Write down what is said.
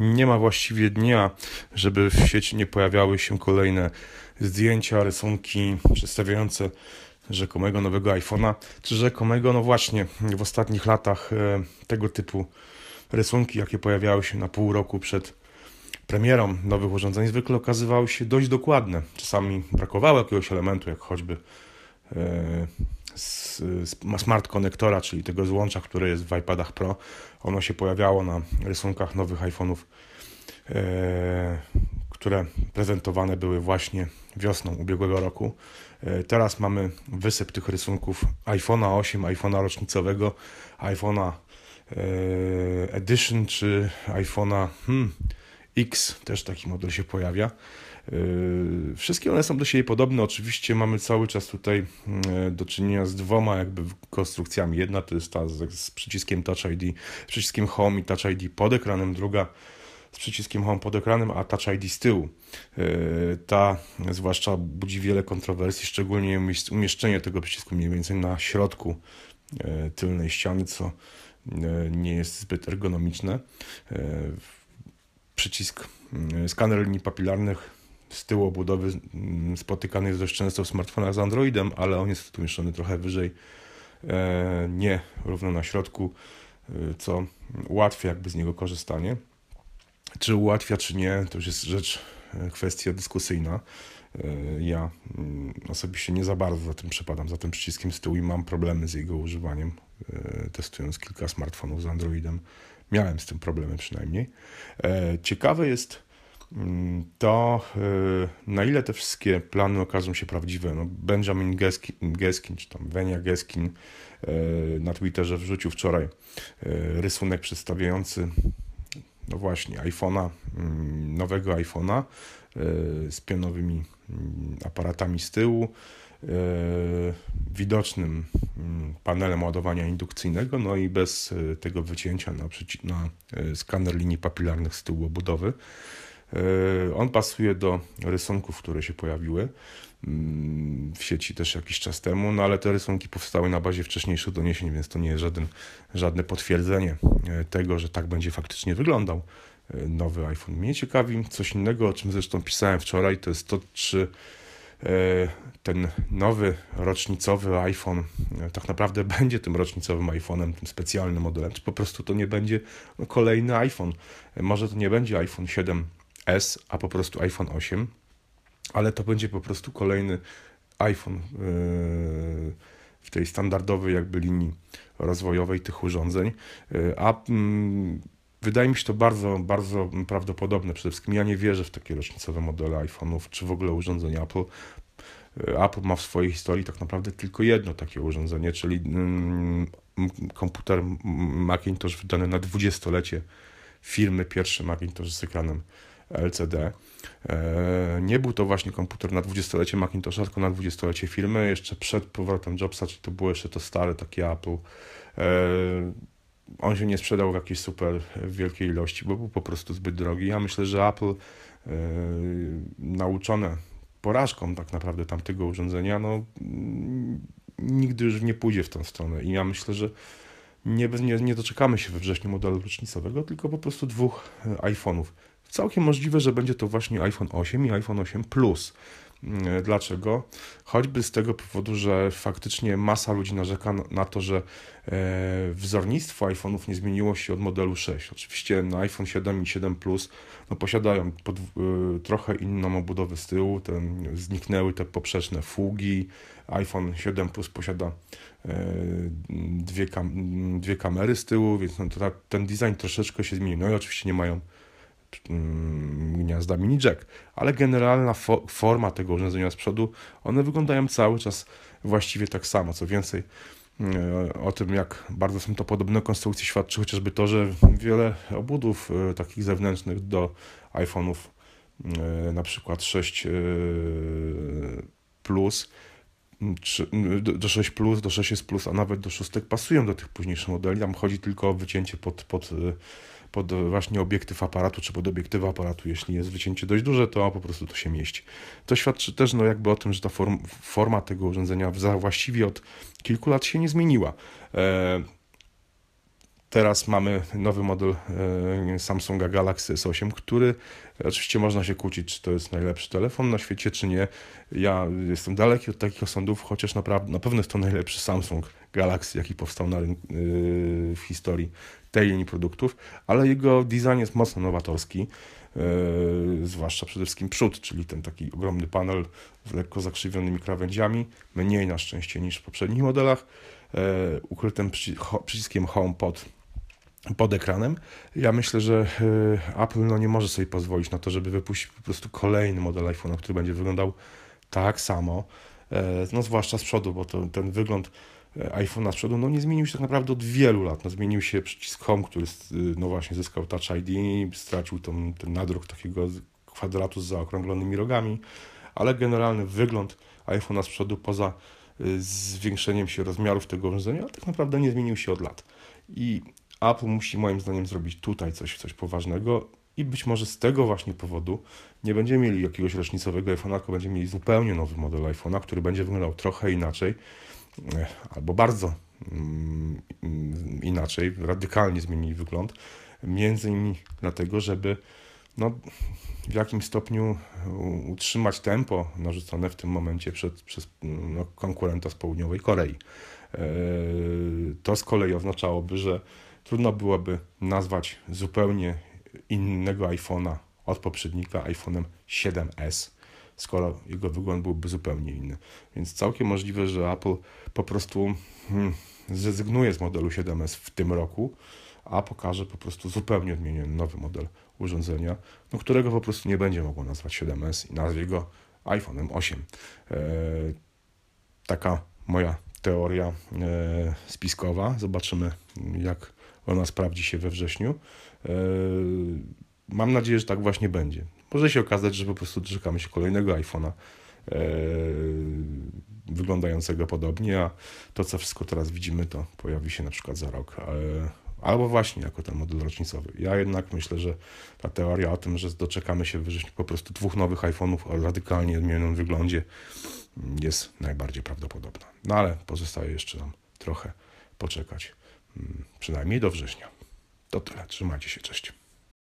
Nie ma właściwie dnia, żeby w sieci nie pojawiały się kolejne zdjęcia, rysunki przedstawiające rzekomego nowego iPhone'a, czy rzekomego, no właśnie, w ostatnich latach tego typu rysunki, jakie pojawiały się na pół roku przed premierą nowych urządzeń, zwykle okazywały się dość dokładne. Czasami brakowało jakiegoś elementu, jak choćby e, smart konektora, czyli tego złącza, które jest w iPadach Pro. Ono się pojawiało na rysunkach nowych iPhone'ów, które prezentowane były właśnie wiosną ubiegłego roku. Teraz mamy wysyp tych rysunków iPhone'a 8, iPhone'a rocznicowego, iPhone'a Edition czy iPhone'a X, też taki model się pojawia. Wszystkie one są do siebie podobne. Oczywiście mamy cały czas tutaj do czynienia z dwoma jakby konstrukcjami. Jedna to jest ta z przyciskiem Touch ID, przyciskiem Home i Touch ID pod ekranem, druga z przyciskiem Home pod ekranem, a Touch ID z tyłu. Ta zwłaszcza budzi wiele kontrowersji, szczególnie umieszczenie tego przycisku mniej więcej na środku tylnej ściany, co nie jest zbyt ergonomiczne. Przycisk, skaner linii papilarnych z tyłu obudowy spotykany jest dość często w smartfonach z Androidem, ale on jest umieszczony trochę wyżej, nie równo na środku, co ułatwia jakby z niego korzystanie. Czy ułatwia, czy nie, to już jest kwestia dyskusyjna. Ja osobiście nie za bardzo za tym przepadam, za tym przyciskiem z tyłu i mam problemy z jego używaniem. Testując kilka smartfonów z Androidem, miałem z tym problemy przynajmniej. Ciekawe jest to, na ile te wszystkie plany okażą się prawdziwe. No, Benjamin Geskin, czy tam Venia Geskin na Twitterze wrzucił wczoraj rysunek przedstawiający no właśnie iPhone'a, nowego iPhone'a z pionowymi aparatami z tyłu, widocznym panelem ładowania indukcyjnego, no i bez tego wycięcia na skaner linii papilarnych z tyłu obudowy. On pasuje do rysunków, które się pojawiły w sieci też jakiś czas temu, no ale te rysunki powstały na bazie wcześniejszych doniesień, więc to nie jest żadne potwierdzenie tego, że tak będzie faktycznie wyglądał nowy iPhone. Mnie ciekawi coś innego, o czym zresztą pisałem wczoraj, to jest to, czy ten nowy rocznicowy iPhone tak naprawdę będzie tym rocznicowym iPhone'em, tym specjalnym modelem, czy po prostu to nie będzie kolejny iPhone. Może to nie będzie iPhone 7S, a po prostu iPhone 8, ale to będzie po prostu kolejny iPhone w tej standardowej jakby linii rozwojowej tych urządzeń, a wydaje mi się to bardzo, bardzo prawdopodobne. Przede wszystkim ja nie wierzę w takie rocznicowe modele iPhone'ów, czy w ogóle urządzeń Apple. Apple ma w swojej historii tak naprawdę tylko jedno takie urządzenie, czyli komputer Macintosh wydany na 20-lecie firmy, pierwszy Macintosh z ekranem LCD. Nie był to właśnie komputer na 20-lecie Macintosha, tylko na 20-lecie firmy. Jeszcze przed powrotem Jobsa, czyli to było jeszcze to stare takie Apple. On się nie sprzedał w jakiejś super wielkiej ilości, bo był po prostu zbyt drogi. Ja myślę, że Apple nauczone porażką tak naprawdę tamtego urządzenia, no nigdy już nie pójdzie w tą stronę. I ja myślę, że nie doczekamy się we wrześniu modelu rocznicowego, tylko po prostu dwóch iPhone'ów. Całkiem możliwe, że będzie to właśnie iPhone 8 i iPhone 8 Plus. Dlaczego? Choćby z tego powodu, że faktycznie masa ludzi narzeka na to, że wzornictwo iPhone'ów nie zmieniło się od modelu 6. Oczywiście no, iPhone 7 i 7 Plus no, posiadają trochę inną obudowę z tyłu, zniknęły te poprzeczne fugi. iPhone 7 Plus posiada dwie kamery z tyłu, więc no, ten design troszeczkę się zmienił. No i oczywiście nie mają gniazda mini jack, ale generalna forma tego urządzenia z przodu, one wyglądają cały czas właściwie tak samo. Co więcej, o tym, jak bardzo są to podobne konstrukcje, świadczy chociażby to, że wiele obudów takich zewnętrznych do iPhone'ów, na przykład 6 Plus, do 6 Plus, do 6S Plus, a nawet do 6 pasują do tych późniejszych modeli. Tam chodzi tylko o wycięcie pod właśnie obiektyw aparatu, czy pod obiektyw aparatu. Jeśli jest wycięcie dość duże, to po prostu to się mieści. To świadczy też no, jakby o tym, że ta forma tego urządzenia właściwie od kilku lat się nie zmieniła. Teraz mamy nowy model Samsunga Galaxy S8, który oczywiście można się kłócić, czy to jest najlepszy telefon na świecie, czy nie. Ja jestem daleki od takich osądów, chociaż naprawdę, na pewno jest to najlepszy Samsung Galaxy, jaki powstał w historii tej linii produktów, ale jego design jest mocno nowatorski, zwłaszcza przede wszystkim przód, czyli ten taki ogromny panel z lekko zakrzywionymi krawędziami, mniej na szczęście niż w poprzednich modelach, ukrytym przyciskiem Home pod ekranem. Ja myślę, że Apple nie może sobie pozwolić na to, żeby wypuścić po prostu kolejny model iPhone'a, który będzie wyglądał tak samo, zwłaszcza z przodu, bo ten wygląd iPhone'a z przodu nie zmienił się tak naprawdę od wielu lat. Zmienił się przycisk Home, który właśnie zyskał Touch ID, stracił ten nadruk takiego kwadratu z zaokrąglonymi rogami, ale generalny wygląd iPhone'a z przodu poza zwiększeniem się rozmiarów tego urządzenia tak naprawdę nie zmienił się od lat. I Apple musi moim zdaniem zrobić tutaj coś poważnego i być może z tego właśnie powodu nie będziemy mieli jakiegoś rocznicowego iPhone'a, tylko będziemy mieli zupełnie nowy model iPhone'a, który będzie wyglądał trochę inaczej, albo bardzo inaczej, radykalnie zmieni wygląd, między innymi dlatego, żeby w jakimś stopniu utrzymać tempo narzucone w tym momencie przez konkurenta z południowej Korei. To z kolei oznaczałoby, że trudno byłoby nazwać zupełnie innego iPhone'a od poprzednika iPhone'em 7S, skoro jego wygląd byłby zupełnie inny. Więc całkiem możliwe, że Apple po prostu zrezygnuje z modelu 7S w tym roku, a pokaże po prostu zupełnie odmieniony nowy model urządzenia, którego po prostu nie będzie mogło nazwać 7S i nazwie go iPhone'em 8. Taka moja teoria spiskowa. Zobaczymy, jak ona sprawdzi się we wrześniu. Mam nadzieję, że tak właśnie będzie. Może się okazać, że po prostu doczekamy się kolejnego iPhone'a wyglądającego podobnie, a to, co wszystko teraz widzimy, to pojawi się na przykład za rok. Albo właśnie jako ten model rocznicowy. Ja jednak myślę, że ta teoria o tym, że doczekamy się we wrześniu po prostu 2 nowych iPhone'ów o radykalnie odmienionym wyglądzie, jest najbardziej prawdopodobna. Ale pozostaje jeszcze nam trochę poczekać. Przynajmniej do września. To tyle. Trzymajcie się. Cześć.